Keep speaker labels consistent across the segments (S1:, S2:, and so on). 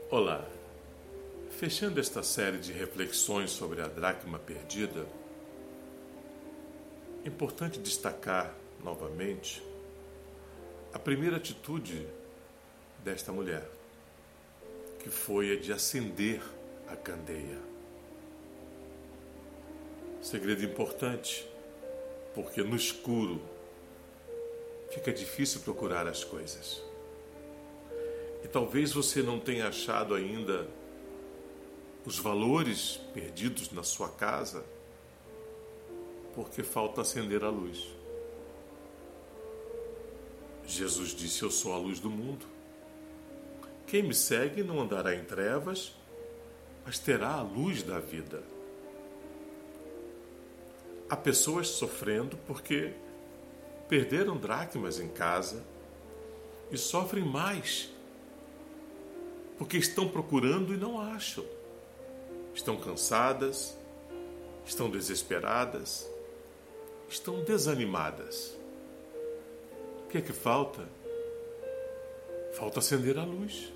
S1: Olá! Fechando esta série de reflexões sobre a dracma perdida, é importante destacar novamente a primeira atitude desta mulher, que foi a de acender a candeia. Segredo importante, porque no escuro fica difícil procurar as coisas. E talvez você não tenha achado ainda os valores perdidos na sua casa, porque falta acender a luz. Jesus disse: eu sou a luz do mundo. Quem me segue não andará em trevas, mas terá a luz da vida. Há pessoas sofrendo porque perderam dracmas em casa e sofrem mais porque estão procurando e não acham. Estão cansadas, estão desesperadas, estão desanimadas. O que é que falta? Falta acender a luz.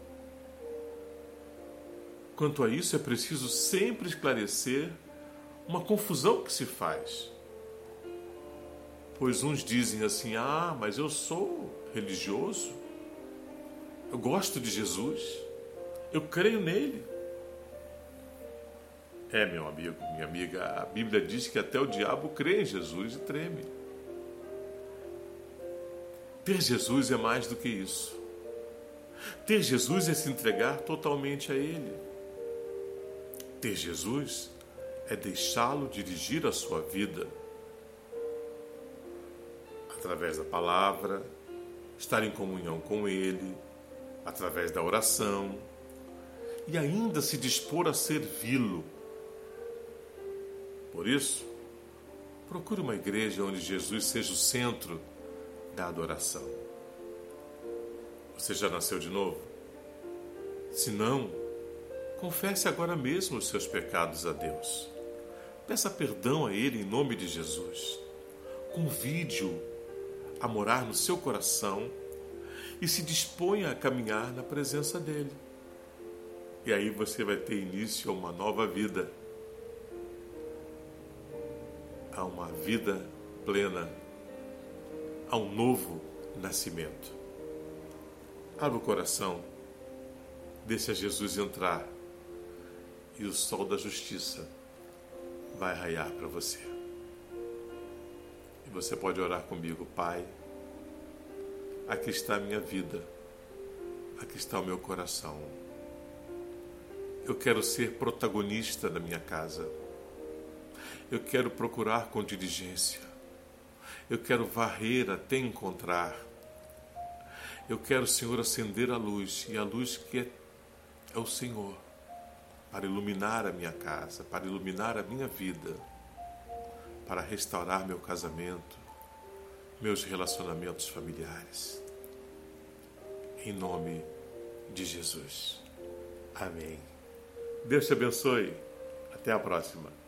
S1: Quanto a isso, é preciso sempre esclarecer uma confusão que se faz. Pois uns dizem assim: mas eu sou religioso, eu gosto de Jesus, eu creio nele. Meu amigo, minha amiga, a Bíblia diz que até o diabo crê em Jesus e treme. Ter Jesus é mais do que isso. Ter Jesus é se entregar totalmente a Ele. Ter Jesus é deixá-lo dirigir a sua vida. Através da palavra, estar em comunhão com Ele, através da oração, e ainda se dispor a servi-lo. Por isso, procure uma igreja onde Jesus seja o centro da adoração. Você já nasceu de novo? Se não, confesse agora mesmo os seus pecados a Deus. Peça perdão a Ele em nome de Jesus. Convide-o a morar no seu coração e se disponha a caminhar na presença dEle. E aí você vai ter início a uma nova vida. A uma vida plena, a um novo nascimento. Abra o coração, deixe Jesus entrar e o sol da justiça vai raiar para você. E você pode orar comigo: Pai, aqui está a minha vida, aqui está o meu coração. Eu quero ser protagonista da minha casa. Eu quero procurar com diligência. Eu quero varrer até encontrar. Eu quero, Senhor, acender a luz, e a luz que é o Senhor, para iluminar a minha casa, para iluminar a minha vida, para restaurar meu casamento, meus relacionamentos familiares. Em nome de Jesus. Amém. Deus te abençoe. Até a próxima.